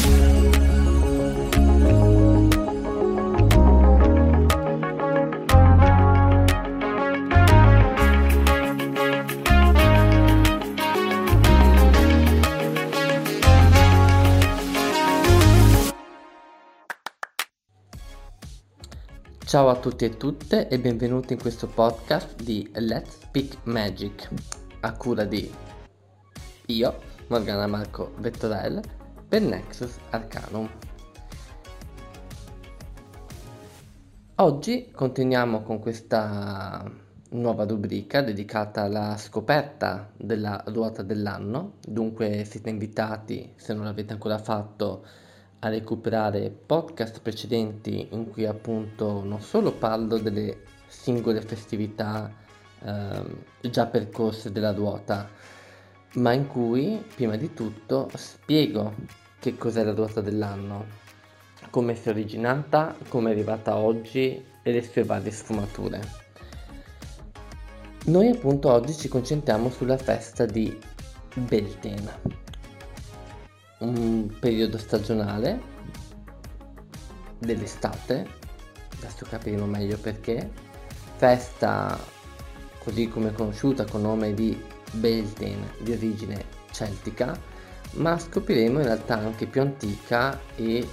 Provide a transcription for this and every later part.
Ciao a tutti e tutte e benvenuti in questo podcast di Let's Speak Magic, a cura di io, Morgana Marco Vettorel, per Nexus Arcanum. Oggi continuiamo con questa nuova rubrica dedicata alla scoperta della ruota dell'anno, dunque siete invitati, se non l'avete ancora fatto, a recuperare podcast precedenti in cui appunto non solo parlo delle singole festività già percorse della ruota, ma in cui prima di tutto spiego che cos'è la ruota dell'anno, come si è originata, come è arrivata oggi e le sue varie sfumature. Noi appunto oggi ci concentriamo sulla festa di Beltane, un periodo stagionale dell'estate, adesso capiremo meglio perché, festa così come conosciuta con nome di Beltane di origine celtica, ma scopriremo in realtà anche più antica e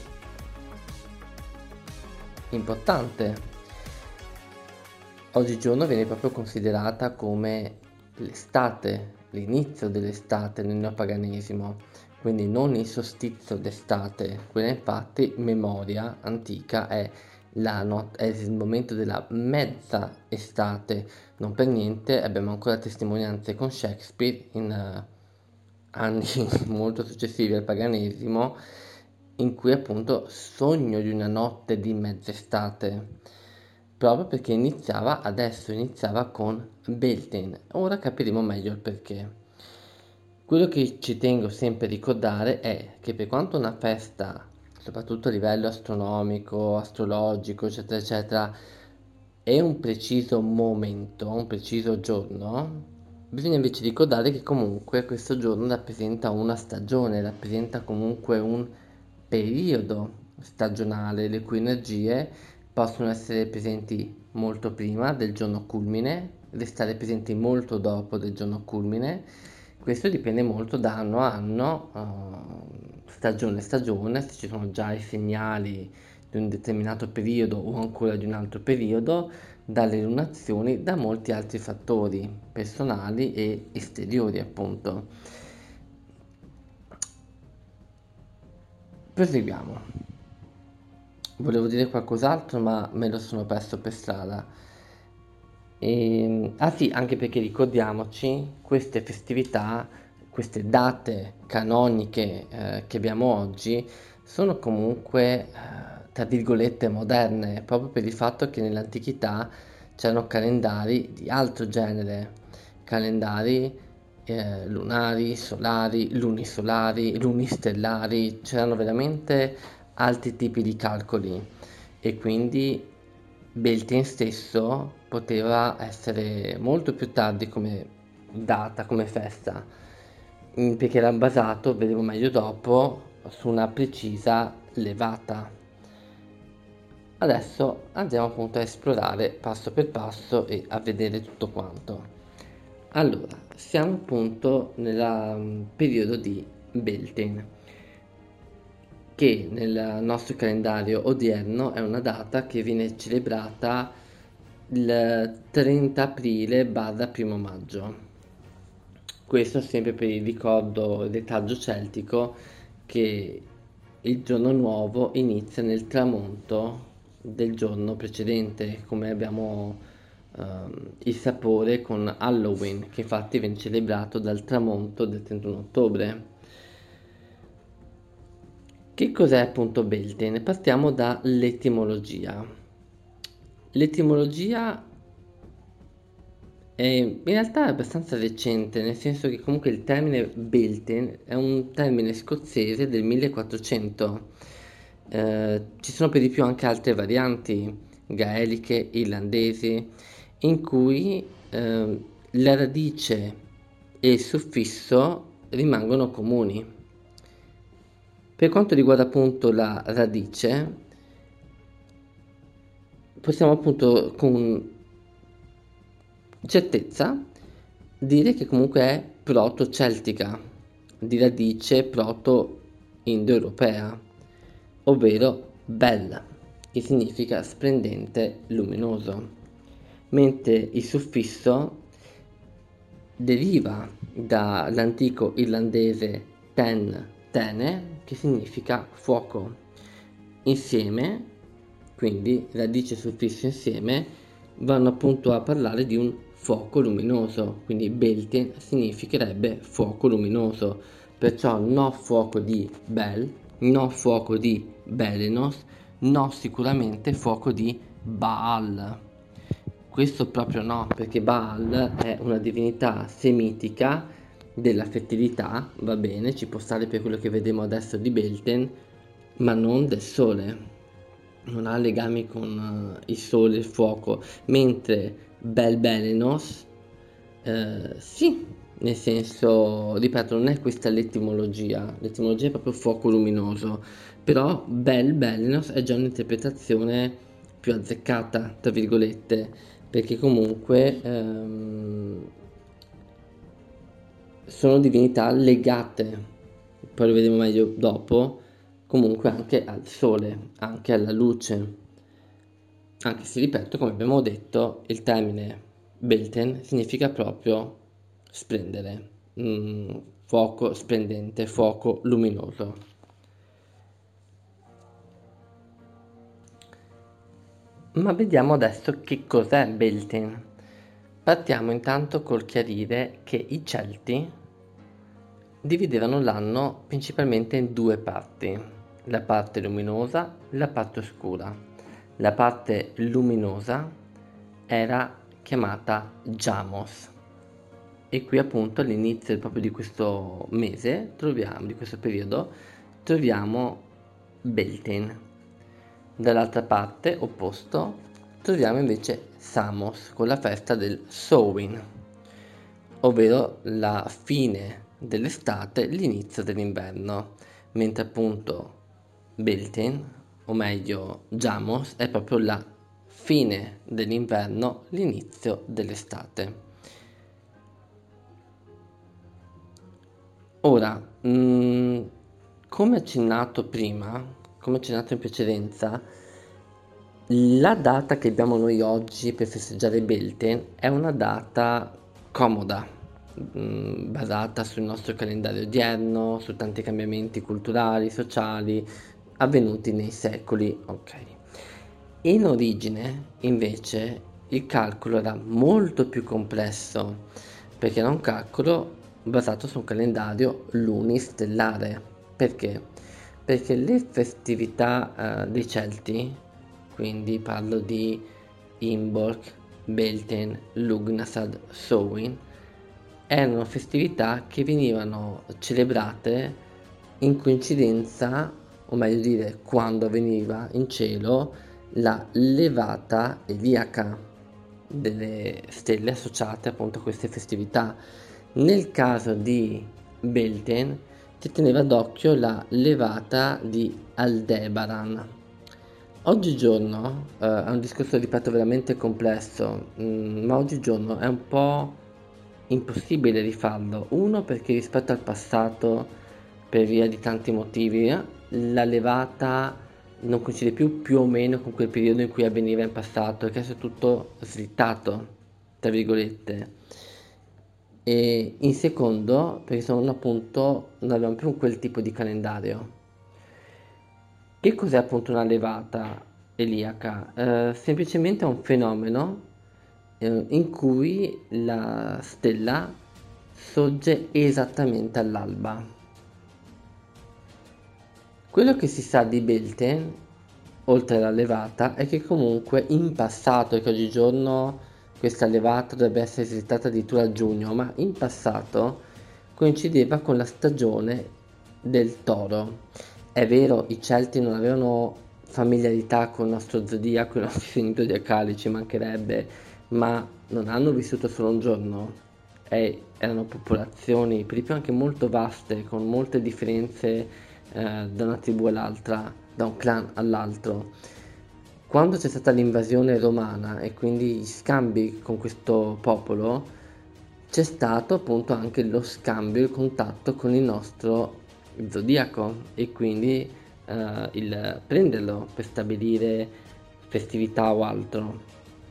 importante. Oggigiorno viene proprio considerata come l'estate, l'inizio dell'estate nel neopaganesimo, quindi non il solstizio d'estate. Quella infatti memoria antica è il momento della mezza estate. Non per niente abbiamo ancora testimonianze con Shakespeare in anni molto successivi al paganesimo, in cui appunto sogno di una notte di mezz'estate, proprio perché iniziava con Beltane. Ora capiremo meglio il perché. Quello che ci tengo sempre a ricordare è che per quanto una festa, soprattutto a livello astronomico, astrologico, eccetera, eccetera, è un preciso momento, un preciso giorno, bisogna invece ricordare che comunque questo giorno rappresenta una stagione, rappresenta comunque un periodo stagionale, le cui energie possono essere presenti molto prima del giorno culmine, restare presenti molto dopo del giorno culmine. Questo dipende molto da anno a anno, stagione a stagione, se ci sono già i segnali di un determinato periodo o ancora di un altro periodo, dalle lunazioni, da molti altri fattori personali e esteriori, appunto. Proseguiamo. Volevo dire qualcos'altro, ma me lo sono perso per strada. Sì, anche perché ricordiamoci, queste festività, queste date canoniche che abbiamo oggi, sono comunque, tra virgolette, moderne, proprio per il fatto che nell'antichità c'erano calendari di altro genere, calendari lunari, solari, lunisolari, lunistellari, c'erano veramente altri tipi di calcoli e quindi Beltane stesso poteva essere molto più tardi come data, come festa, perché era basato, vedremo meglio dopo, su una precisa levata. Adesso andiamo appunto a esplorare passo per passo e a vedere tutto quanto. Allora, siamo appunto nel periodo di Beltane, che nel nostro calendario odierno è una data che viene celebrata il 30 aprile barra primo maggio. Questo sempre per il ricordo del retaggio celtico che il giorno nuovo inizia nel tramonto del giorno precedente, come abbiamo il sapore con Halloween, che infatti viene celebrato dal tramonto del 31 ottobre. Che cos'è appunto Beltane? Partiamo dall'etimologia. L'etimologia in realtà è abbastanza recente, nel senso che comunque il termine Beltane è un termine scozzese del 1400. Ci sono per di più anche altre varianti gaeliche, irlandesi, in cui la radice e il suffisso rimangono comuni. Per quanto riguarda appunto la radice, possiamo appunto con certezza dire che comunque è proto-celtica, di radice proto-indoeuropea, ovvero bel, che significa splendente, luminoso, mentre il suffisso deriva dall'antico irlandese tene, che significa fuoco. Insieme, quindi radice e suffisso insieme, vanno appunto a parlare di un fuoco luminoso, quindi Beltane significherebbe fuoco luminoso, perciò no fuoco di Bel, no fuoco di Belenos, no sicuramente fuoco di Baal. Questo proprio no, perché Baal è una divinità semitica della fertilità, va bene, ci può stare per quello che vedremo adesso di Beltane, ma non del sole. Non ha legami con il sole e il fuoco, mentre Belenos, sì, nel senso, ripeto, non è questa l'etimologia è proprio fuoco luminoso, però Belenos è già un'interpretazione più azzeccata, tra virgolette, perché comunque sono divinità legate, poi lo vedremo meglio dopo, comunque anche al sole, anche alla luce. Anche se, ripeto, come abbiamo detto, il termine Beltane significa proprio splendere, fuoco splendente, fuoco luminoso. Ma vediamo adesso che cos'è Beltane. Partiamo intanto col chiarire che i Celti dividevano l'anno principalmente in due parti, la parte luminosa e la parte oscura. La parte luminosa era chiamata Jamos e qui appunto all'inizio proprio di questo mese di questo periodo troviamo Beltane. Dall'altra parte, opposto, troviamo invece Samos con la festa del Samhain, ovvero la fine dell'estate, l'inizio dell'inverno, mentre appunto Beltane, o meglio Jamos, è proprio la fine dell'inverno, l'inizio dell'estate. Ora, come accennato prima, come accennato in precedenza, la data che abbiamo noi oggi per festeggiare Beltane è una data comoda, basata sul nostro calendario odierno, su tanti cambiamenti culturali, sociali, avvenuti nei secoli. Ok. In origine, invece, il calcolo era molto più complesso, perché era un calcolo basato su un calendario lunistellare. Perché? Perché le festività dei Celti, quindi parlo di Imbolc, Beltane, Lugnasad, Samhain, erano festività che venivano celebrate in coincidenza, o meglio dire quando avveniva in cielo la levata eliaca delle stelle associate appunto a queste festività. Nel caso di Beltane si teneva d'occhio la levata di Aldebaran. Oggigiorno è un discorso, ripeto, veramente complesso, ma oggigiorno è un po' impossibile rifarlo. Uno, perché rispetto al passato, per via di tanti motivi, la levata non coincide più o meno con quel periodo in cui avveniva in passato, perché è tutto slittato, tra virgolette. E in secondo, perché sono appunto, non abbiamo più quel tipo di calendario. Che cos'è appunto una levata eliaca? Semplicemente è un fenomeno in cui la stella sorge esattamente all'alba. Quello che si sa di Beltane, oltre alla levata, è che comunque in passato, e che oggigiorno questa levata dovrebbe essere slittata addirittura a giugno, ma in passato coincideva con la stagione del toro. È vero, i Celti non avevano familiarità con il nostro zodiaco, i nostri segni zodiacali, ci mancherebbe, ma non hanno vissuto solo un giorno e erano popolazioni, per di più anche molto vaste, con molte differenze da una tribù all'altra, da un clan all'altro. Quando c'è stata l'invasione romana e quindi gli scambi con questo popolo, c'è stato appunto anche lo scambio, il contatto con il nostro zodiaco e quindi il prenderlo per stabilire festività o altro.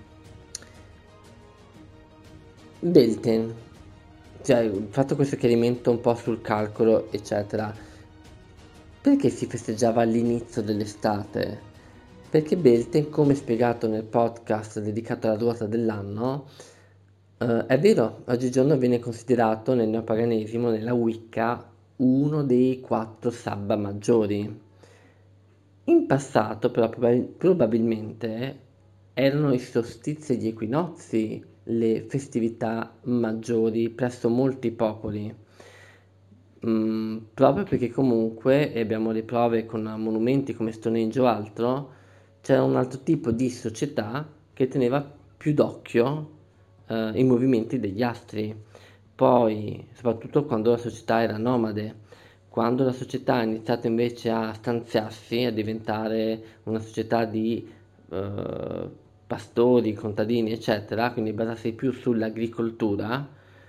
Belten, cioè fatto questo chiarimento un po' sul calcolo, eccetera, perché si festeggiava all'inizio dell'estate? Perché Belten, come spiegato nel podcast dedicato alla ruota dell'anno, è vero, oggigiorno viene considerato nel neopaganesimo, nella Wicca, uno dei 4 sabba maggiori. In passato, però, probabilmente erano i solstizi e gli equinozi le festività maggiori presso molti popoli. Proprio perché comunque, e abbiamo le prove con monumenti come Stonehenge o altro, c'era un altro tipo di società che teneva più d'occhio i movimenti degli astri. Poi, soprattutto quando la società era nomade, quando la società ha iniziato invece a stanziarsi, a diventare una società di eh, pastori, contadini, eccetera, quindi basarsi più sull'agricoltura,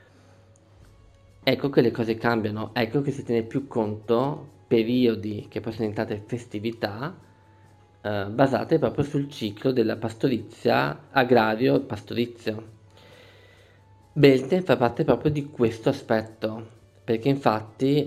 ecco che le cose cambiano, ecco che si tiene più conto periodi che possono diventare festività basate proprio sul ciclo della pastorizia agrario-pastorizio. Belten fa parte proprio di questo aspetto, perché infatti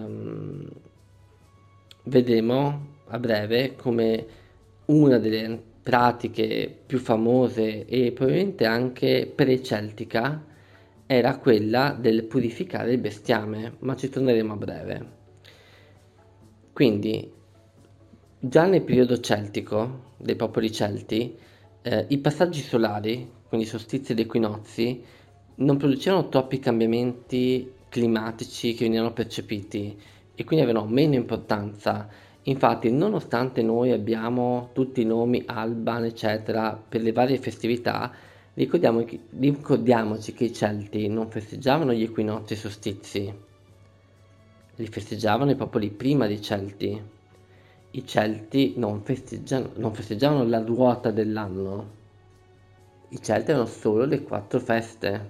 vedremo a breve come una delle pratiche più famose e probabilmente anche pre-celtica era quella del purificare il bestiame, ma ci torneremo a breve. Quindi, già nel periodo celtico, dei popoli celti, i passaggi solari, quindi solstizi ed equinozi, non producevano troppi cambiamenti climatici che venivano percepiti e quindi avevano meno importanza. Infatti, nonostante noi abbiamo tutti i nomi Alban, eccetera, per le varie festività, ricordiamoci che i Celti non festeggiavano gli equinozi e i solstizi, li festeggiavano i popoli prima dei Celti. I Celti non festeggiavano la ruota dell'anno, i Celti erano solo le 4 feste.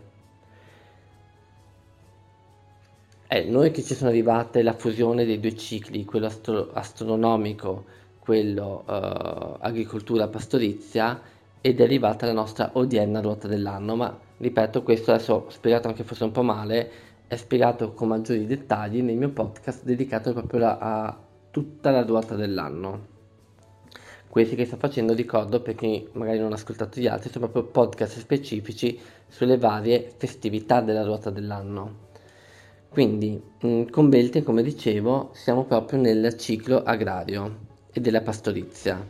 Noi che ci sono arrivate la fusione dei due cicli, quello astronomico, quello agricoltura pastorizia, ed è arrivata la nostra odierna ruota dell'anno. Ma ripeto, questo adesso spiegato anche forse un po' male, è spiegato con maggiori dettagli nel mio podcast dedicato proprio a tutta la ruota dell'anno. Questi che sto facendo, ricordo per chi magari non ha ascoltato gli altri, sono proprio podcast specifici sulle varie festività della ruota dell'anno. Quindi, con Belte, come dicevo, siamo proprio nel ciclo agrario e della pastorizia.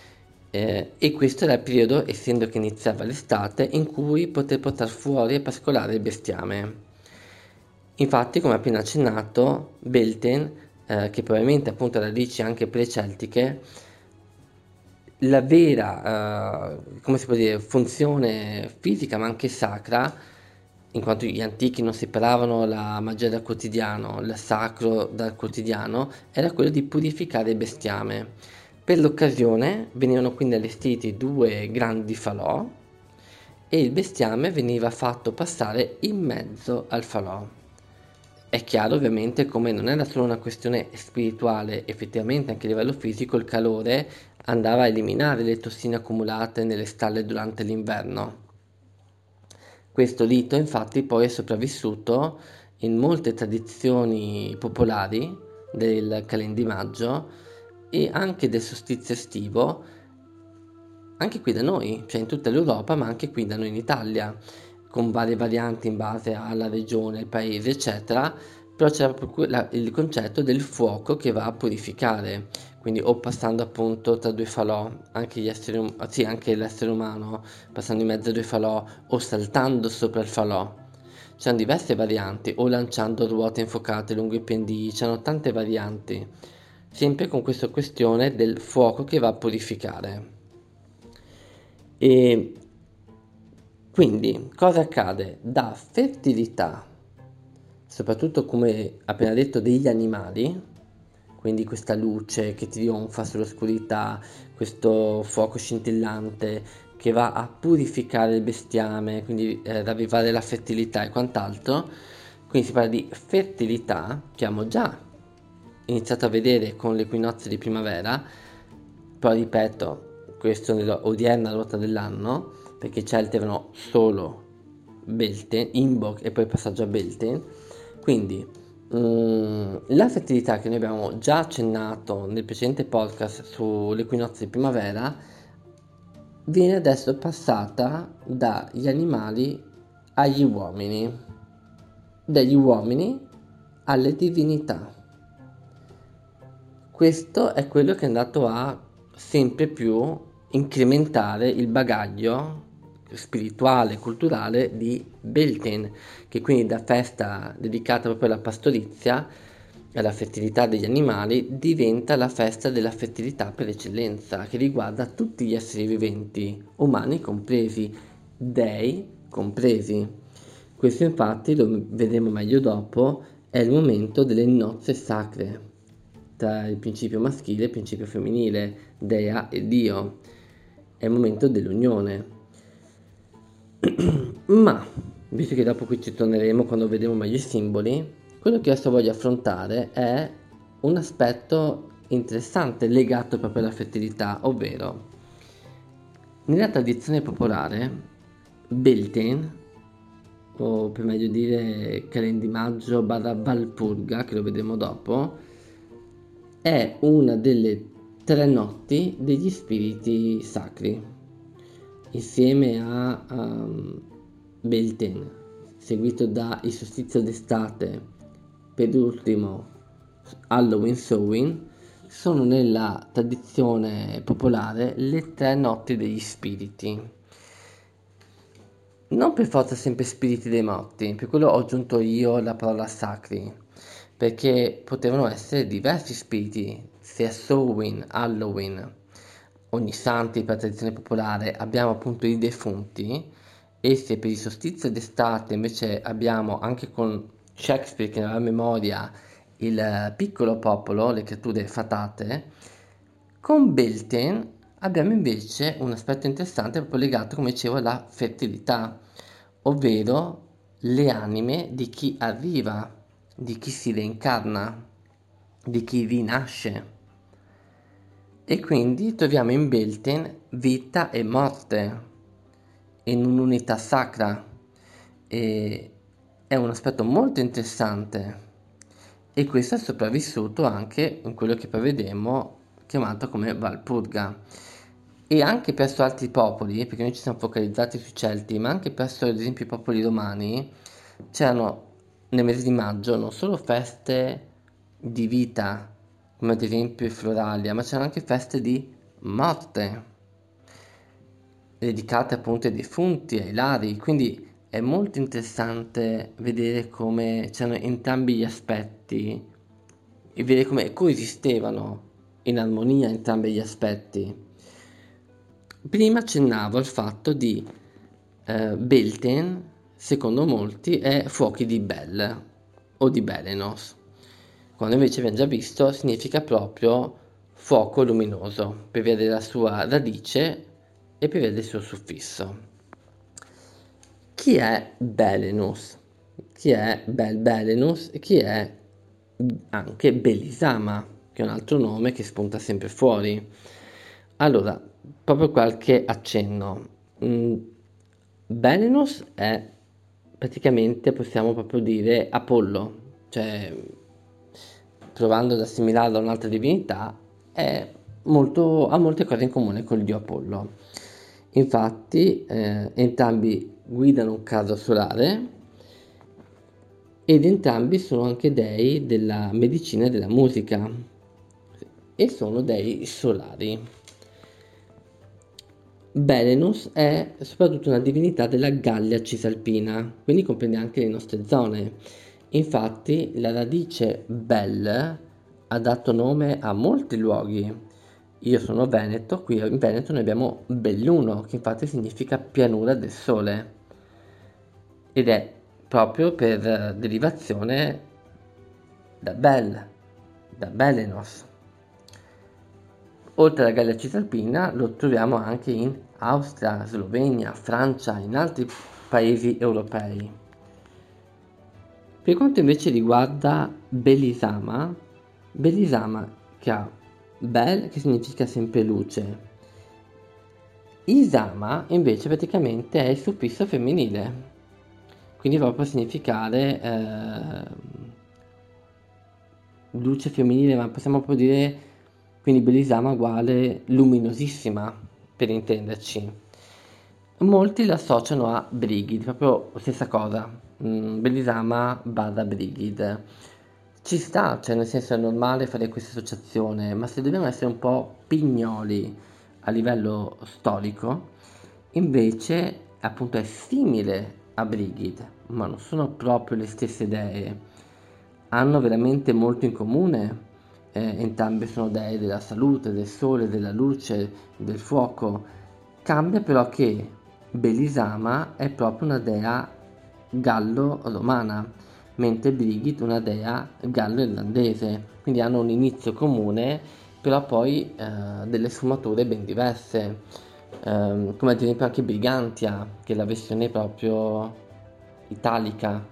E questo era il periodo, essendo che iniziava l'estate, in cui poter portare fuori e pascolare il bestiame. Infatti, come appena accennato, Belten, che probabilmente appunto ha radici anche pre-celtiche, la vera, come si può dire, funzione fisica ma anche sacra, in quanto gli antichi non separavano la magia dal quotidiano, il sacro dal quotidiano, era quello di purificare il bestiame. Per l'occasione venivano quindi allestiti 2 grandi falò e il bestiame veniva fatto passare in mezzo al falò. È chiaro ovviamente come non era solo una questione spirituale, effettivamente anche a livello fisico il calore andava a eliminare le tossine accumulate nelle stalle durante l'inverno. Questo rito infatti poi è sopravvissuto in molte tradizioni popolari del calendimaggio e anche del solstizio estivo, anche qui da noi, cioè in tutta l'Europa, ma anche qui da noi in Italia, con varie varianti in base alla regione, il paese, eccetera, però c'è proprio il concetto del fuoco che va a purificare, quindi o passando appunto tra 2 falò, anche sì, anche l'essere umano, passando in mezzo a 2 falò, o saltando sopra il falò. C'erano diverse varianti, o lanciando ruote infuocate lungo i pendii, c'erano tante varianti, sempre con questa questione del fuoco che va a purificare. E quindi cosa accade? Da fertilità, soprattutto come appena detto degli animali, quindi questa luce che trionfa sull'oscurità, questo fuoco scintillante che va a purificare il bestiame, quindi ravvivare la fertilità e quant'altro. Quindi si parla di fertilità che abbiamo già iniziato a vedere con l'equinozio di primavera, però ripeto, questo nell'odierna ruota dell'anno, perché i Celti avevano solo Beltane, Imbolc e poi passaggio a Beltane. Quindi la fertilità che noi abbiamo già accennato nel precedente podcast sull'equinozio di primavera viene adesso passata dagli animali agli uomini, dagli uomini alle divinità. Questo è quello che è andato a sempre più incrementare il bagaglio spirituale e culturale di Beltane, che quindi da festa dedicata proprio alla pastorizia e alla fertilità degli animali diventa la festa della fertilità per eccellenza, che riguarda tutti gli esseri viventi, umani compresi, dei compresi. Questo infatti, lo vedremo meglio dopo, è il momento delle nozze sacre tra il principio maschile e il principio femminile, Dea e Dio. È il momento dell'unione. Ma, visto che dopo qui ci torneremo quando vedremo meglio i simboli, quello che adesso voglio affrontare è un aspetto interessante legato proprio alla fertilità, ovvero nella tradizione popolare Beltane, o per meglio dire Calendimaggio barra Valpurga, che lo vedremo dopo, è una delle 3 notti degli spiriti sacri, insieme a Beltane, seguito da il solstizio d'estate, per ultimo Halloween Samhain. Sono nella tradizione popolare le 3 notti degli spiriti. Non per forza sempre spiriti dei morti, per quello ho aggiunto io la parola sacri, perché potevano essere diversi spiriti, sia Samhain, Halloween, ogni santi per la tradizione popolare abbiamo appunto i defunti, e se per il solstizio d'estate invece abbiamo anche con Shakespeare che nella memoria il piccolo popolo, le creature fatate, con Beltane abbiamo invece un aspetto interessante proprio legato, come dicevo, alla fertilità, ovvero le anime di chi arriva, di chi si reincarna, di chi rinasce. E quindi troviamo in Beltane vita e morte in un'unità sacra, e è un aspetto molto interessante, e questo è sopravvissuto anche in quello che poi vedremo chiamato come Valpurga, e anche presso altri popoli, perché noi ci siamo focalizzati sui Celti, ma anche presso ad esempio i popoli romani c'erano nel mese di maggio non solo feste di vita, come ad esempio il Floralia, ma c'erano anche feste di morte, dedicate appunto ai defunti, ai lari, quindi è molto interessante vedere come c'erano entrambi gli aspetti e vedere come coesistevano in armonia entrambi gli aspetti. Prima accennavo al fatto di Beltane, secondo molti, è fuochi di Bel o di Belenos, quando invece abbiamo già visto significa proprio fuoco luminoso, per via della sua radice e per via del suo suffisso. Chi è Belenus? Chi è Belenus? E chi è anche Belisama, che è un altro nome che spunta sempre fuori. Allora, proprio qualche accenno. Belenus è praticamente, possiamo proprio dire, Apollo, cioè provando ad assimilarlo a un'altra divinità, ha molte cose in comune con il dio Apollo. Infatti, entrambi guidano un carro solare ed entrambi sono anche dei della medicina e della musica e sono dei solari. Belenus è soprattutto una divinità della Gallia Cisalpina, quindi comprende anche le nostre zone. Infatti la radice Bel ha dato nome a molti luoghi. Io sono veneto, qui in Veneto noi abbiamo Belluno, che infatti significa pianura del sole, ed è proprio per derivazione da Bel, da Belenos. Oltre alla Gallia Cisalpina lo troviamo anche in Austria, Slovenia, Francia, in altri paesi europei. Per quanto invece riguarda Belisama che ha Bel che significa sempre luce, Isama invece praticamente è il suffisso femminile, quindi proprio a significare luce femminile, ma possiamo proprio dire, quindi Belisama uguale luminosissima, per intenderci. Molti la associano a Brigid, proprio stessa cosa, Belisama barra Brigid. Ci sta, cioè nel senso è normale fare questa associazione, ma se dobbiamo essere un po' pignoli a livello storico, invece appunto è simile a Brigid, ma non sono proprio le stesse idee. Hanno veramente molto in comune, entrambe sono dee della salute, del sole, della luce, del fuoco. Cambia però che Belisama è proprio una dea gallo-romana, mentre Brigid una dea gallo-irlandese, quindi hanno un inizio comune, però poi delle sfumature ben diverse, come ad esempio anche Brigantia, che è la versione proprio italica.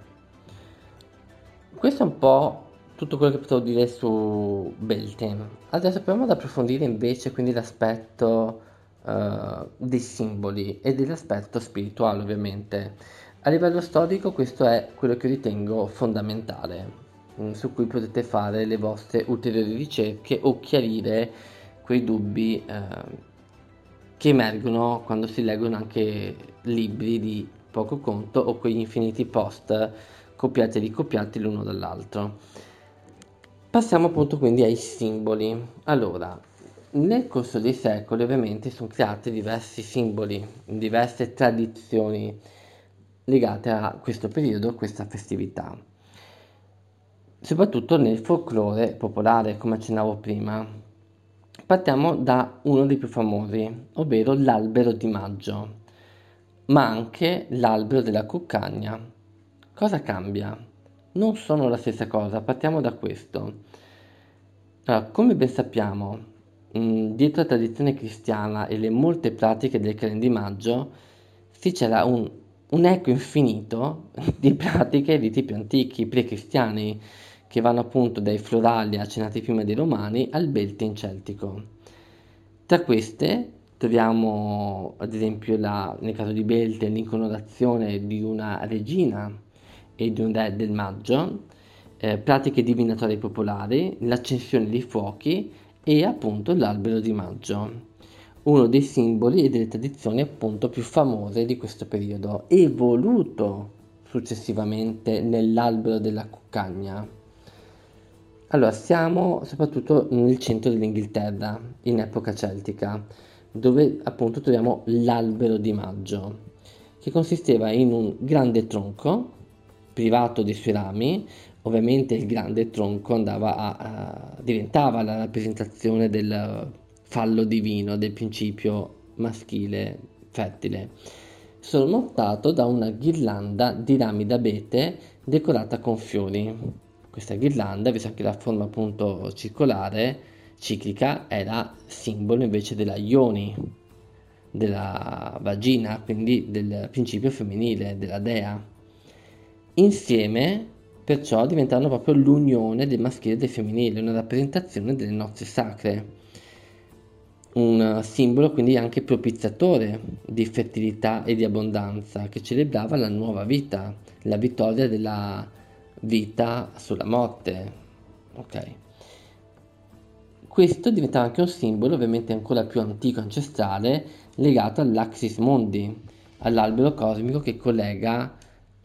Questo è un po' tutto quello che potevo dire su Beltane. Adesso proviamo ad approfondire invece quindi l'aspetto dei simboli e dell'aspetto spirituale, ovviamente. A livello storico questo è quello che ritengo fondamentale, su cui potete fare le vostre ulteriori ricerche o chiarire quei dubbi che emergono quando si leggono anche libri di poco conto o quegli infiniti post copiati e ricopiati l'uno dall'altro. Passiamo appunto quindi ai simboli. Allora, nel corso dei secoli ovviamente sono creati diversi simboli, diverse tradizioni legate a questo periodo, a questa festività, soprattutto nel folklore popolare, come accennavo prima. Partiamo da uno dei più famosi, ovvero l'albero di maggio, ma anche l'albero della cuccagna. Cosa cambia? Non sono la stessa cosa, partiamo da questo. Allora, come ben sappiamo, dietro la tradizione cristiana e le molte pratiche del calendario di maggio si c'era un eco infinito di pratiche di tipi antichi, pre-cristiani, che vanno appunto dai florali accennati prima dei romani al Beltane celtico. Tra queste troviamo ad esempio nel caso di Beltane l'incoronazione di una regina e di un re del maggio, pratiche divinatorie popolari, l'accensione dei fuochi e appunto l'albero di maggio, uno dei simboli e delle tradizioni appunto più famose di questo periodo, evoluto successivamente nell'albero della cuccagna. Allora, siamo soprattutto nel centro dell'Inghilterra, in epoca celtica, dove appunto troviamo l'albero di maggio, che consisteva in un grande tronco privato dei suoi rami. Ovviamente il grande tronco diventava la rappresentazione del fallo divino, del principio maschile fertile, sormontato da una ghirlanda di rami d'abete decorata con fiori. Questa ghirlanda, visto anche la forma appunto circolare, ciclica, era simbolo invece della ioni, della vagina, quindi del principio femminile, della dea. Insieme, perciò, diventavano proprio l'unione del maschile e del femminile, una rappresentazione delle nozze sacre, un simbolo quindi anche propiziatore di fertilità e di abbondanza, che celebrava la nuova vita, la vittoria della vita sulla morte. Ok. Questo diventava anche un simbolo ovviamente ancora più antico, ancestrale, legato all'Axis Mundi, all'albero cosmico che collega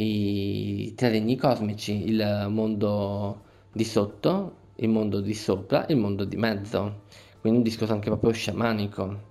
i tre regni cosmici, il mondo di sotto, il mondo di sopra e il mondo di mezzo. Quindi un discorso anche proprio sciamanico.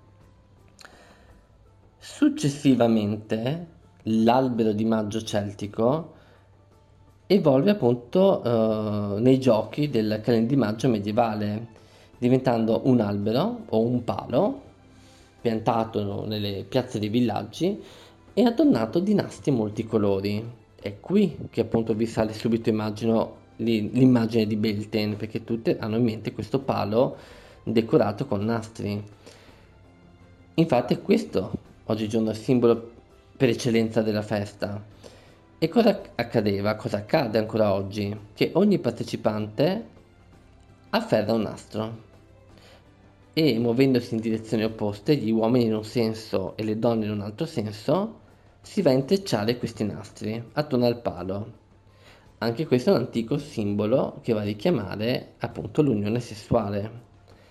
Successivamente, l'albero di maggio celtico evolve appunto nei giochi del calendario di maggio medievale, diventando un albero o un palo piantato nelle piazze dei villaggi e adornato di nastri multicolori. È qui che appunto vi sale subito, immagino, l'immagine di Beltane, perché tutte hanno in mente questo palo decorato con nastri. Infatti è questo oggigiorno il simbolo per eccellenza della festa. E cosa accadeva, cosa accade ancora oggi? Che ogni partecipante afferra un nastro e muovendosi in direzioni opposte, gli uomini in un senso e le donne in un altro senso, si va a intrecciare questi nastri attorno al palo. Anche questo è un antico simbolo che va a richiamare appunto l'unione sessuale.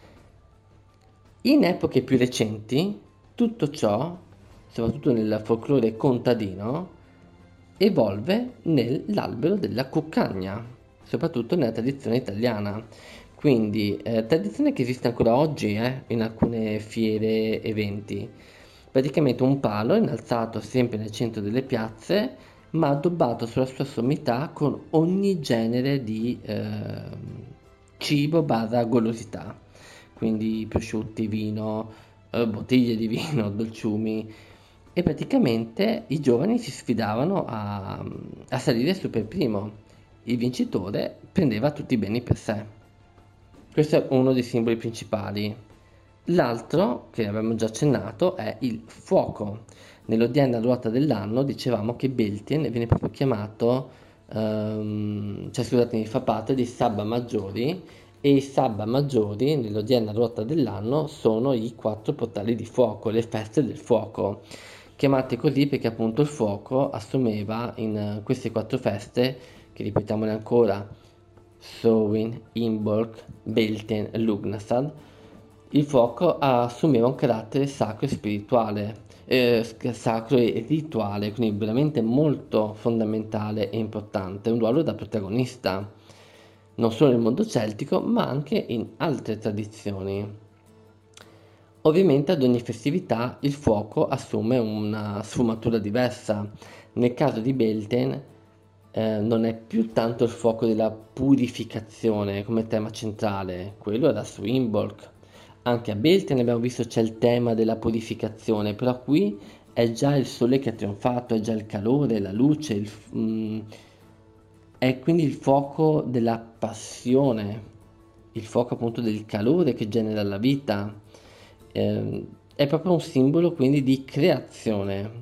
In epoche più recenti, tutto ciò, soprattutto nel folklore contadino, evolve nell'albero della cuccagna, soprattutto nella tradizione italiana. Quindi, tradizione che esiste ancora oggi, in alcune fiere, eventi. Praticamente un palo innalzato sempre nel centro delle piazze, ma addobbato sulla sua sommità con ogni genere di cibo barra golosità, quindi prosciutti, vino, bottiglie di vino, dolciumi, e praticamente i giovani si sfidavano a salire su per primo. Il vincitore prendeva tutti i beni per sé. Questo è uno dei simboli principali. L'altro, che abbiamo già accennato, è il fuoco. Nell'odierna ruota dell'anno dicevamo che Beltane viene proprio chiamato, cioè scusate, fa parte dei Sabba Maggiori, e i Sabba Maggiori nell'odierna ruota dell'anno sono i quattro portali di fuoco, le feste del fuoco, chiamate così perché appunto il fuoco assumeva in queste quattro feste, che ripetiamole ancora, Samhain, Imbolc, Beltane e Lugnasad, il fuoco assumeva un carattere sacro e spirituale, sacro e rituale, quindi veramente molto fondamentale e importante, un ruolo da protagonista, non solo nel mondo celtico, ma anche in altre tradizioni. Ovviamente ad ogni festività il fuoco assume una sfumatura diversa. Nel caso di Beltane non è più tanto il fuoco della purificazione come tema centrale, quello era su Imbolc. Anche a Beltane abbiamo visto c'è il tema della purificazione, però qui è già il sole che ha trionfato, è già il calore, la luce, è quindi il fuoco della passione, il fuoco appunto del calore che genera la vita. È proprio un simbolo quindi di creazione.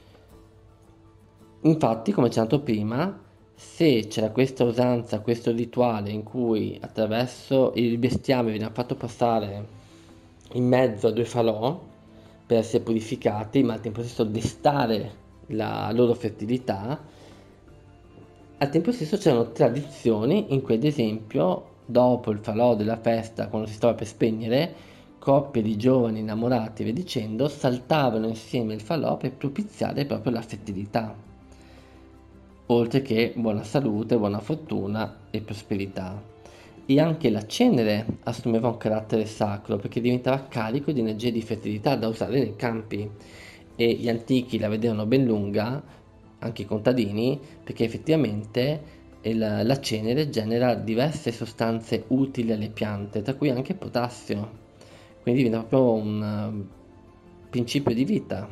Infatti, come accennato prima, se c'era questa usanza, questo rituale in cui attraverso il bestiame viene fatto passare in mezzo a due falò per essere purificati, ma al tempo stesso destare la loro fertilità, al tempo stesso c'erano tradizioni in cui, ad esempio, dopo il falò della festa, quando si stava per spegnere, coppie di giovani innamorati e via dicendo saltavano insieme il falò per propiziare proprio la fertilità, oltre che buona salute, buona fortuna e prosperità. E anche la cenere assumeva un carattere sacro perché diventava carico di energia di fertilità da usare nei campi, e gli antichi la vedevano ben lunga, anche i contadini, perché effettivamente la cenere genera diverse sostanze utili alle piante, tra cui anche potassio, quindi diventa proprio un principio di vita.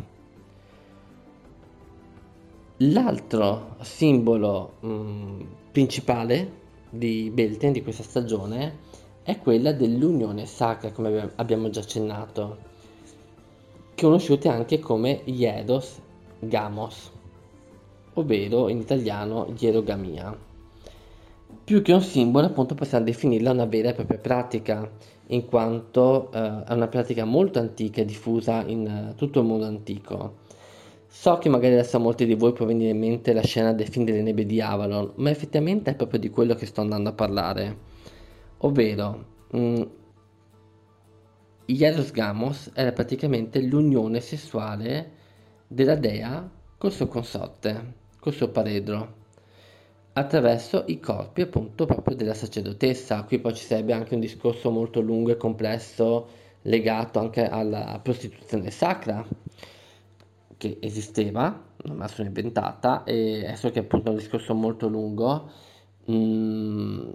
L'altro simbolo principale di Beltane, di questa stagione, è quella dell'unione sacra, come abbiamo già accennato, conosciute anche come Hieros Gamos, ovvero in italiano Hierogamia. Più che un simbolo, appunto, possiamo definirla una vera e propria pratica, in quanto è una pratica molto antica e diffusa in tutto il mondo antico. So che magari adesso a molti di voi può venire in mente la scena del film delle nebbie di Avalon, ma effettivamente è proprio di quello che sto andando a parlare. Ovvero, Hieros Gamos era praticamente l'unione sessuale della dea col suo consorte, col suo paredro, attraverso i corpi appunto proprio della sacerdotessa. Qui poi ci sarebbe anche un discorso molto lungo e complesso legato anche alla prostituzione sacra che esisteva, non me la sono inventata, e è solo che appunto è un discorso molto lungo, mm,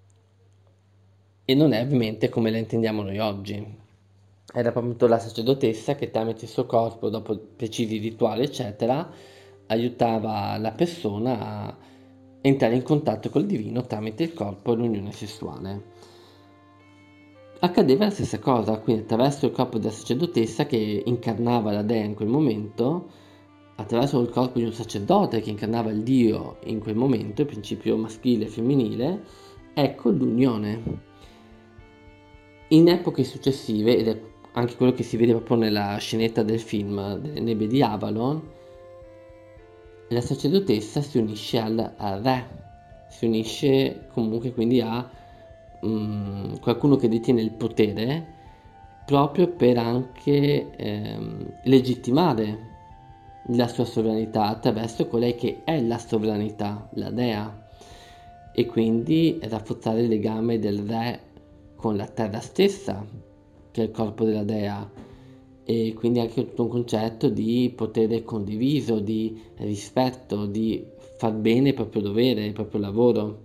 e non è ovviamente come la intendiamo noi oggi. Era appunto la sacerdotessa che tramite il suo corpo, dopo precisi rituali, eccetera, aiutava la persona entrare in contatto col divino tramite il corpo e l'unione sessuale. Accadeva la stessa cosa, quindi attraverso il corpo della sacerdotessa che incarnava la dea in quel momento, attraverso il corpo di un sacerdote che incarnava il dio in quel momento, il principio maschile e femminile, ecco l'unione. In epoche successive, ed è anche quello che si vede proprio nella scenetta del film delle nebbie di Avalon, la sacerdotessa si unisce al re, si unisce comunque quindi a qualcuno che detiene il potere proprio per anche legittimare la sua sovranità attraverso colei che è la sovranità, la dea, e quindi rafforzare il legame del re con la terra stessa, che è il corpo della dea, e quindi anche tutto un concetto di potere condiviso, di rispetto, di far bene il proprio dovere, il proprio lavoro.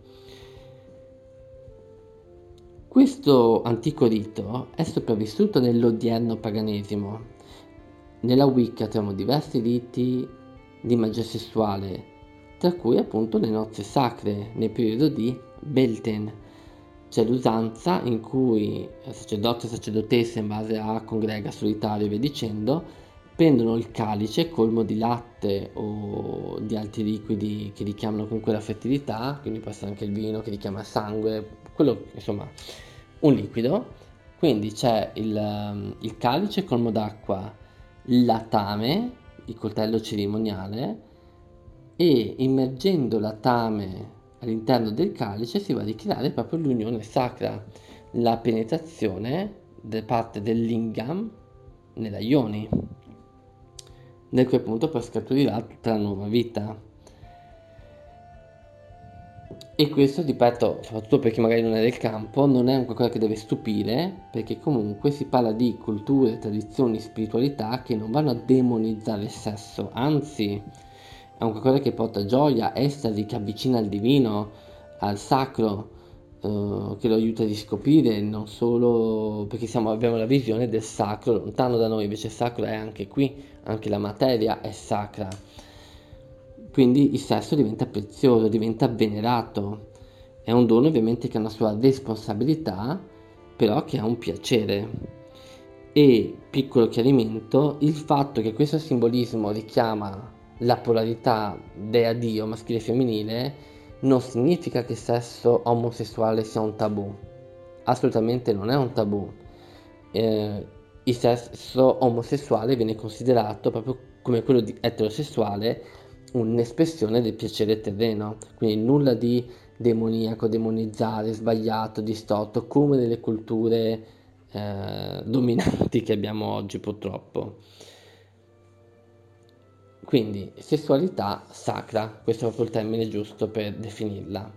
Questo antico rito è sopravvissuto nell'odierno paganesimo. Nella Wicca troviamo diversi riti di magia sessuale, tra cui appunto le nozze sacre nel periodo di Beltane. C'è l'usanza in cui sacerdote e sacerdotessa, in base a congrega, solitario e via dicendo, prendono il calice colmo di latte o di altri liquidi che richiamano comunque la fertilità, quindi può essere anche il vino che richiama sangue, quello insomma un liquido. Quindi c'è il calice colmo d'acqua, il latame, il coltello cerimoniale, e immergendo latame all'interno del calice si va a ricreare proprio l'unione sacra, la penetrazione da parte del lingam nella ioni, nel cui appunto poi scaturirà tutta la nuova vita. E questo, ripeto, soprattutto per chi magari non è del campo, non è un qualcosa che deve stupire, perché comunque si parla di culture, tradizioni, spiritualità che non vanno a demonizzare il sesso, anzi è un qualcosa che porta gioia, estasi, che avvicina al divino, al sacro, che lo aiuta a riscoprire, non solo perché abbiamo la visione del sacro lontano da noi, invece il sacro è anche qui, anche la materia è sacra. Quindi il sesso diventa prezioso, diventa venerato. È un dono ovviamente che ha una sua responsabilità, però che ha un piacere. E, piccolo chiarimento, il fatto che questo simbolismo richiama la polarità dea-dio maschile e femminile non significa che il sesso omosessuale sia un tabù. Assolutamente non è un tabù. Il sesso omosessuale viene considerato proprio come quello eterosessuale un'espressione del piacere terreno, quindi nulla di demoniaco, demonizzare, sbagliato, distorto, come nelle culture dominanti che abbiamo oggi purtroppo. Quindi sessualità sacra, questo è proprio il termine giusto per definirla.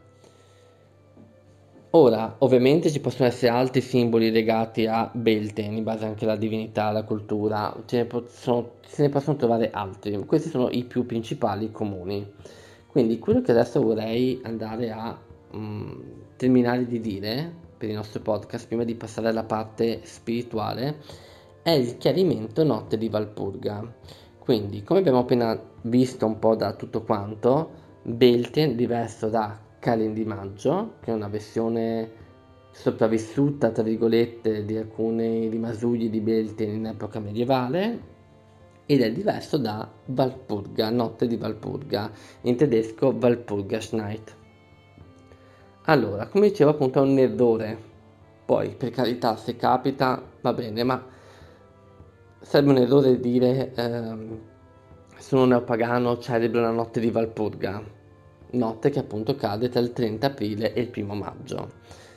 Ora, ovviamente ci possono essere altri simboli legati a Beltane, in base anche alla divinità, alla cultura, se ne possono trovare altri, questi sono i più principali comuni. Quindi quello che adesso vorrei andare a terminare di dire per il nostro podcast, prima di passare alla parte spirituale, è il chiarimento notte di Valpurga. Quindi, come abbiamo appena visto un po' da tutto quanto, Beltane è diverso da Kalin di Maggio, che è una versione sopravvissuta, tra virgolette, di alcuni rimasugli di Beltane in epoca medievale, ed è diverso da Valpurga, Notte di Valpurga, in tedesco Walpurgisnacht. Allora, come dicevo appunto è un errore, poi per carità se capita va bene, ma sarebbe un errore dire sono un neopagano, celebro la notte di Valpurga, notte che appunto cade tra il 30 aprile e il 1 maggio.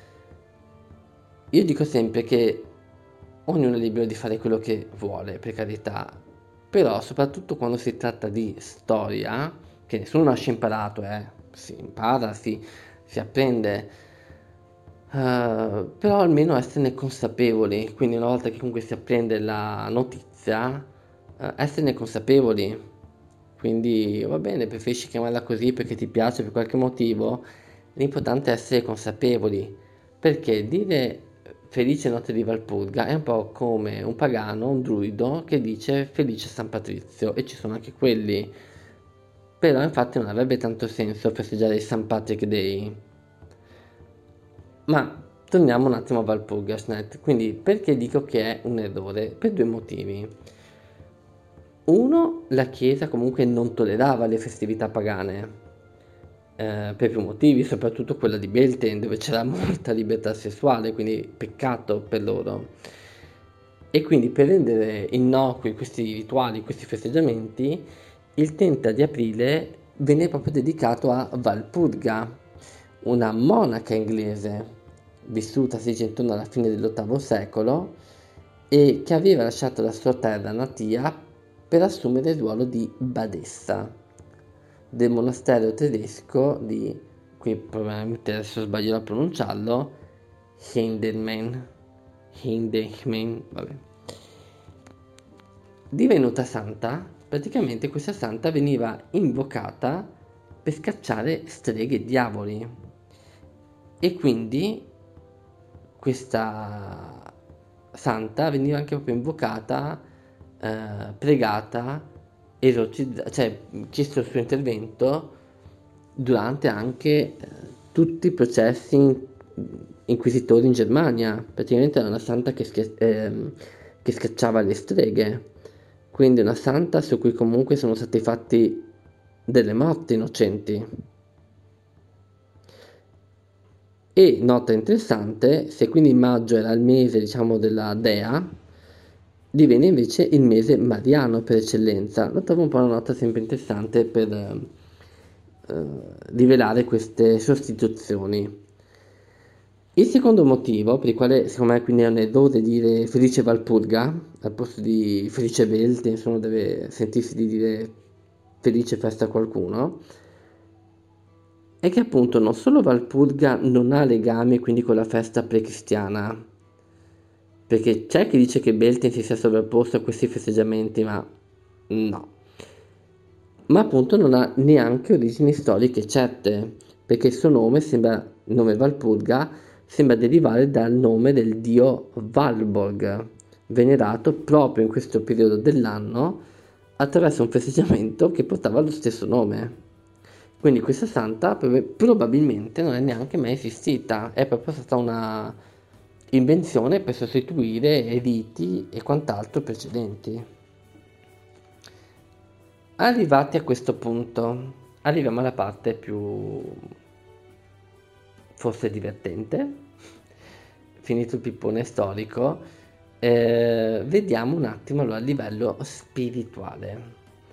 Io dico sempre che ognuno è libero di fare quello che vuole, per carità, però soprattutto quando si tratta di storia, che nessuno nasce imparato, si impara, si apprende, però almeno esserne consapevoli, quindi una volta che comunque si apprende la notizia, esserne consapevoli, quindi va bene, preferisci chiamarla così perché ti piace per qualche motivo, l'importante è essere consapevoli, perché dire felice notte di Valpurga è un po' come un pagano, un druido che dice felice San Patrizio, e ci sono anche quelli. però infatti non avrebbe tanto senso festeggiare il St. Patrick Day. Ma torniamo un attimo a Walpurgisnacht, quindi perché dico che è un errore? Per due motivi. Uno, la Chiesa comunque non tollerava le festività pagane, per più motivi, soprattutto quella di Beltane, dove c'era molta libertà sessuale, quindi peccato per loro. E quindi per rendere innocui questi rituali, questi festeggiamenti, il 30 di aprile venne proprio dedicato a Valpurga, una monaca inglese vissutasi intorno alla fine dell'VIII secolo e che aveva lasciato la sua terra natia per assumere il ruolo di badessa del monastero tedesco di, qui probabilmente adesso sbaglierò a pronunciarlo, Hindemane, vabbè. Divenuta santa, praticamente questa santa veniva invocata per scacciare streghe e diavoli e quindi questa santa veniva anche proprio invocata, pregata, cioè chiesto il suo intervento durante anche tutti i processi inquisitori in Germania. Praticamente era una santa che scacciava le streghe, quindi una santa su cui comunque sono stati fatti delle morti innocenti. E nota interessante, se quindi maggio era il mese, diciamo, della dea, divenne invece il mese mariano per eccellenza. La trovo un po' una nota sempre interessante per rivelare queste sostituzioni. Il secondo motivo, per il quale secondo me quindi è un errore dire Felice Valpurga, al posto di Felice Velte, insomma deve sentirsi di dire Felice festa a qualcuno, è che appunto non solo Valpurga non ha legame quindi con la festa pre-cristiana, perché c'è chi dice che Beltane si sia sovrapposto a questi festeggiamenti, ma no. Ma appunto non ha neanche origini storiche certe, perché il suo nome sembra, il nome Valpurga, sembra derivare dal nome del dio Valborg, venerato proprio in questo periodo dell'anno attraverso un festeggiamento che portava lo stesso nome. Quindi questa santa probabilmente non è neanche mai esistita, è proprio stata una invenzione per sostituire riti e quant'altro precedenti. Arrivati a questo punto, arriviamo alla parte più forse divertente, finito il pippone storico, vediamo un attimo allora, a livello spirituale.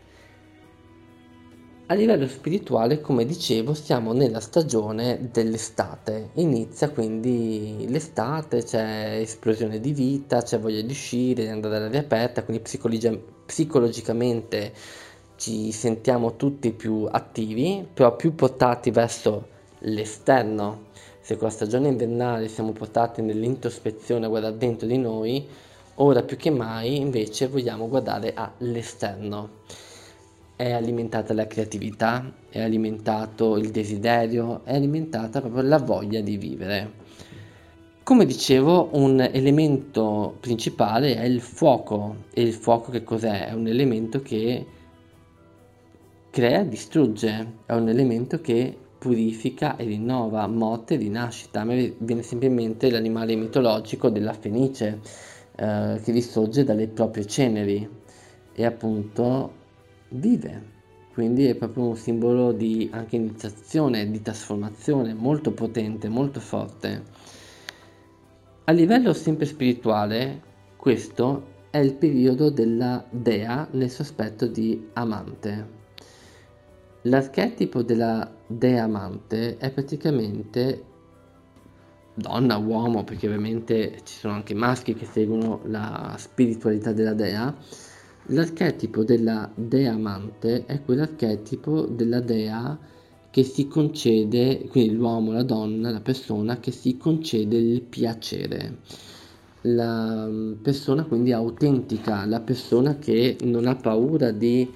A livello spirituale, come dicevo, siamo nella stagione dell'estate. Inizia quindi l'estate, c'è esplosione di vita, c'è voglia di uscire, di andare all'aria aperta, quindi psicologicamente ci sentiamo tutti più attivi, però più portati verso l'esterno. Se con la stagione invernale siamo portati nell'introspezione a guardare dentro di noi, ora più che mai invece vogliamo guardare all'esterno. È alimentata la creatività, è alimentato il desiderio, è alimentata proprio la voglia di vivere. Come dicevo, un elemento principale è il fuoco. E il fuoco che cos'è? È un elemento che crea e distrugge, è un elemento che purifica e rinnova, morte e rinascita. A me viene sempre in mente l'animale mitologico della Fenice, che risorge dalle proprie ceneri e appunto vive. Quindi è proprio un simbolo di anche iniziazione, di trasformazione molto potente, molto forte. A livello sempre spirituale, questo è il periodo della dea nel suo aspetto di amante. L'archetipo della dea amante è praticamente donna, uomo, perché ovviamente ci sono anche maschi che seguono la spiritualità della dea. L'archetipo della dea amante è quell'archetipo della dea che si concede, quindi l'uomo, la donna, la persona che si concede il piacere, la persona quindi autentica, la persona che non ha paura di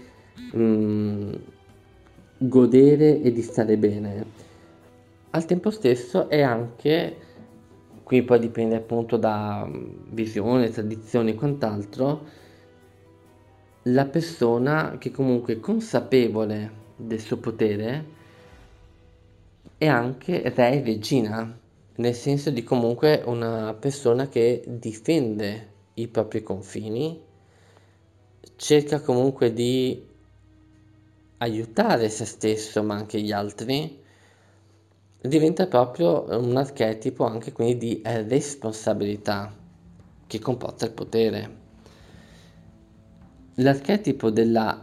godere e di stare bene. Al tempo stesso è anche, qui poi dipende appunto da visione, tradizioni e quant'altro, la persona che comunque è consapevole del suo potere è anche re e regina, nel senso di comunque una persona che difende i propri confini, cerca comunque di aiutare se stesso ma anche gli altri, diventa proprio un archetipo anche quindi di responsabilità che comporta il potere. L'archetipo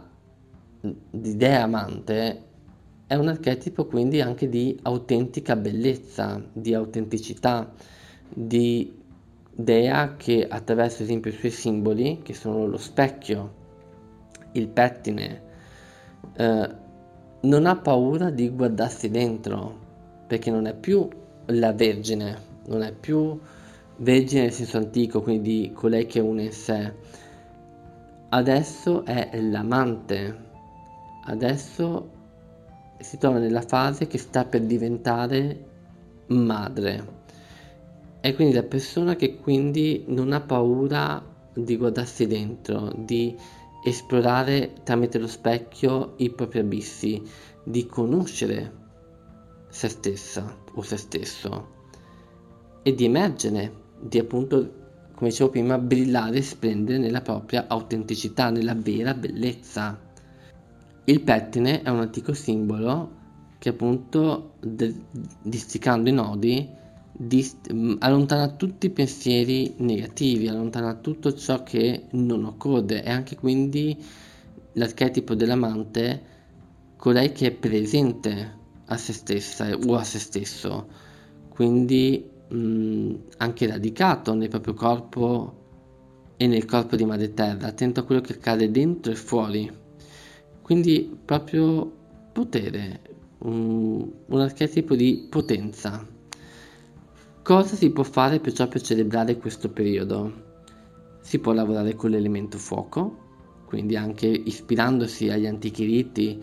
di dea amante è un archetipo quindi anche di autentica bellezza, di autenticità, di dea che attraverso ad esempio i suoi simboli, che sono lo specchio, il pettine, eh, non ha paura di guardarsi dentro, perché non è più la Vergine, non è più Vergine nel senso antico, quindi colei che une in sé. Adesso è l'amante, adesso si trova nella fase che sta per diventare madre. È quindi la persona che quindi non ha paura di guardarsi dentro, di esplorare tramite lo specchio i propri abissi, di conoscere se stessa o se stesso e di emergere, di appunto, come dicevo prima, brillare e splendere nella propria autenticità, nella vera bellezza. Il pettine è un antico simbolo che appunto, districando i nodi, allontana tutti i pensieri negativi, allontana tutto ciò che non occorre. È anche quindi l'archetipo dell'amante, colei che è presente a se stessa o a se stesso, quindi anche radicato nel proprio corpo e nel corpo di Madre Terra, attento a quello che accade dentro e fuori. Quindi proprio potere, un archetipo di potenza. Cosa si può fare perciò per celebrare questo periodo? Si può lavorare con l'elemento fuoco, quindi anche ispirandosi agli antichi riti,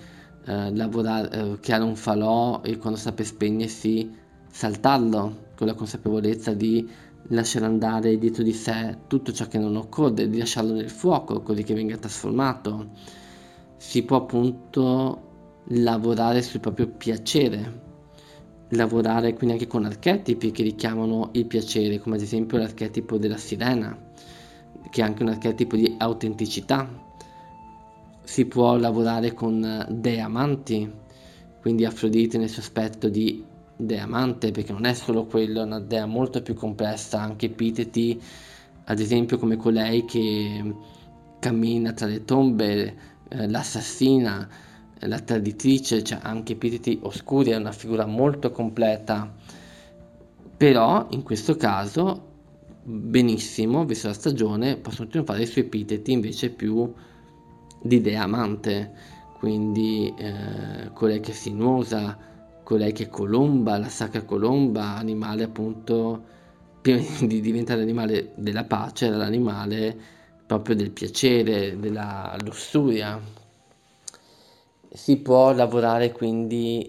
creare un falò e quando sta per spegnersi saltarlo con la consapevolezza di lasciare andare dietro di sé tutto ciò che non occorre, di lasciarlo nel fuoco così che venga trasformato. Si può appunto lavorare sul proprio piacere, lavorare quindi anche con archetipi che richiamano il piacere, come ad esempio l'archetipo della sirena, che è anche un archetipo di autenticità. Si può lavorare con dee amanti, quindi Afrodite nel suo aspetto di dea amante, perché non è solo quello, è una dea molto più complessa, anche epiteti, ad esempio come colei che cammina tra le tombe, l'assassina, la traditrice, cioè anche epiteti oscuri, è una figura molto completa. Però in questo caso, benissimo, visto la stagione, possono trionfare i suoi epiteti invece più di dea amante, quindi colei che è sinuosa, colei che è colomba, la sacra colomba, animale appunto, prima di diventare animale della pace, era l'animale proprio del piacere, della lussuria. Si può lavorare quindi,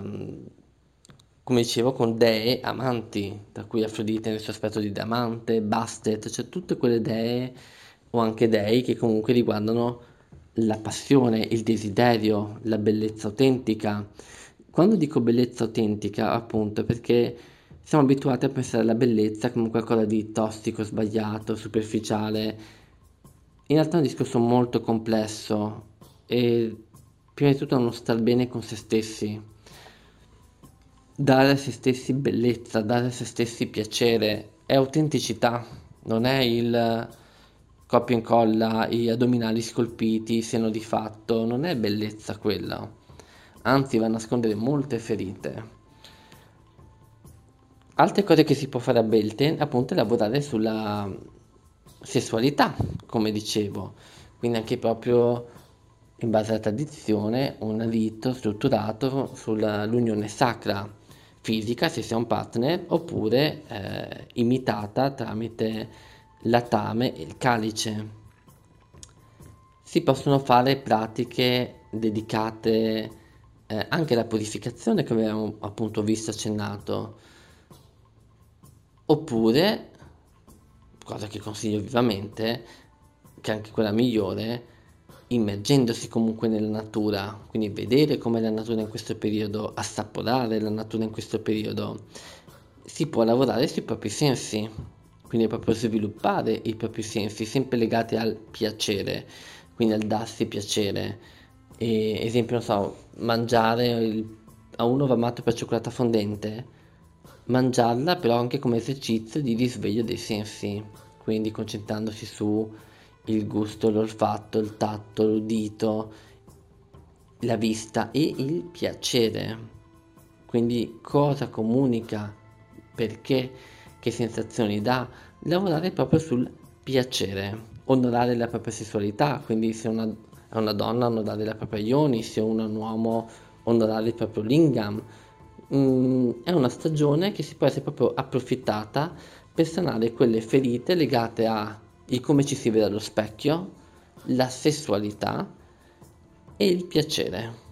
come dicevo, con dee amanti, tra cui Afrodite nel suo aspetto di diamante, Bastet, cioè tutte quelle dee o anche dei che comunque riguardano la passione, il desiderio, la bellezza autentica. Quando dico bellezza autentica, appunto, perché siamo abituati a pensare alla bellezza come qualcosa di tossico, sbagliato, superficiale. In realtà è un discorso molto complesso e prima di tutto uno star bene con se stessi, dare a se stessi bellezza, dare a se stessi piacere, è autenticità, non è il copia e incolla, gli addominali scolpiti, seno di fatto, non è bellezza quella, anzi va a nascondere molte ferite. Altre cose che si può fare a Beltane, appunto, è lavorare sulla sessualità, come dicevo, quindi anche proprio in base alla tradizione, un rito strutturato sull'unione sacra fisica, se si è un partner, oppure imitata tramite latame e il calice. Si possono fare pratiche dedicate anche alla purificazione, che avevamo appunto visto accennato, oppure, cosa che consiglio vivamente, che è anche quella migliore, immergendosi comunque nella natura, quindi vedere com'è la natura in questo periodo, assaporare la natura in questo periodo, si può lavorare sui propri sensi, quindi proprio sviluppare i propri sensi, sempre legati al piacere, quindi al darsi piacere. Esempio, non so, a uno va matto per cioccolata fondente, mangiarla però anche come esercizio di risveglio dei sensi, quindi concentrandosi su il gusto, l'olfatto, il tatto, l'udito, la vista e il piacere. Quindi cosa comunica, perché, che sensazioni dà, lavorare proprio sul piacere, onorare la propria sessualità, quindi se è una donna onorare la propria yoni, se uno è un uomo onorare il proprio lingam. È una stagione che si può essere proprio approfittata per sanare quelle ferite legate a il come ci si vede allo specchio, la sessualità e il piacere.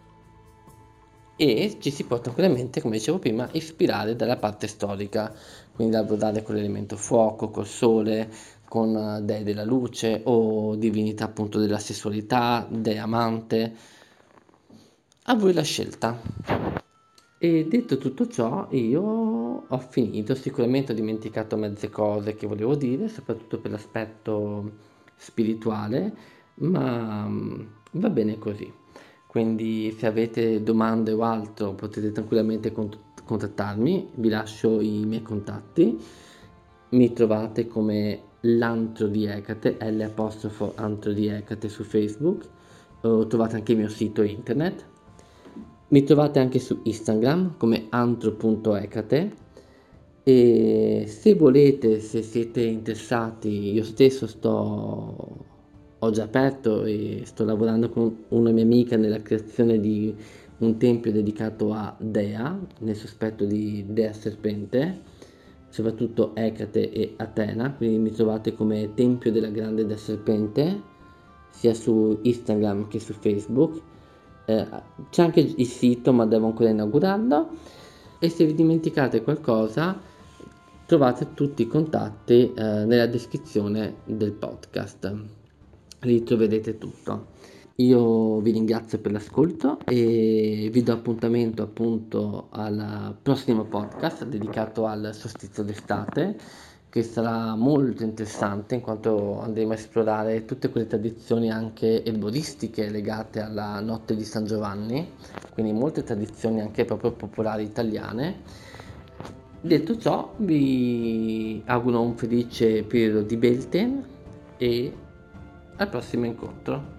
E ci si può tranquillamente, come dicevo prima, ispirare dalla parte storica, quindi lavorare con l'elemento fuoco, col sole, con dei della luce o divinità appunto della sessualità, dei amante. A voi la scelta. E detto tutto ciò, io ho finito, sicuramente ho dimenticato mezze cose che volevo dire, soprattutto per l'aspetto spirituale, ma va bene così. Quindi se avete domande o altro potete tranquillamente contattarmi, vi lascio i miei contatti, mi trovate come l'Antro di Ecate, L''Antro di Ecate su Facebook, o trovate anche il mio sito internet. Mi trovate anche su Instagram come antro.ecate e se volete, se siete interessati, io stesso ho già aperto e sto lavorando con una mia amica nella creazione di un tempio dedicato a Dea, nel sospetto di Dea Serpente, soprattutto Ecate e Atena, quindi mi trovate come Tempio della Grande Dea Serpente, sia su Instagram che su Facebook. C'è anche il sito, ma devo ancora inaugurarlo. E se vi dimenticate qualcosa, trovate tutti i contatti nella descrizione del podcast. Lì troverete tutto. Io vi ringrazio per l'ascolto e vi do appuntamento appunto al prossimo podcast dedicato al solstizio d'estate, che sarà molto interessante in quanto andremo a esplorare tutte quelle tradizioni anche erboristiche legate alla notte di San Giovanni, quindi molte tradizioni anche proprio popolari italiane. Detto ciò, vi auguro un felice periodo di Beltane e al prossimo incontro.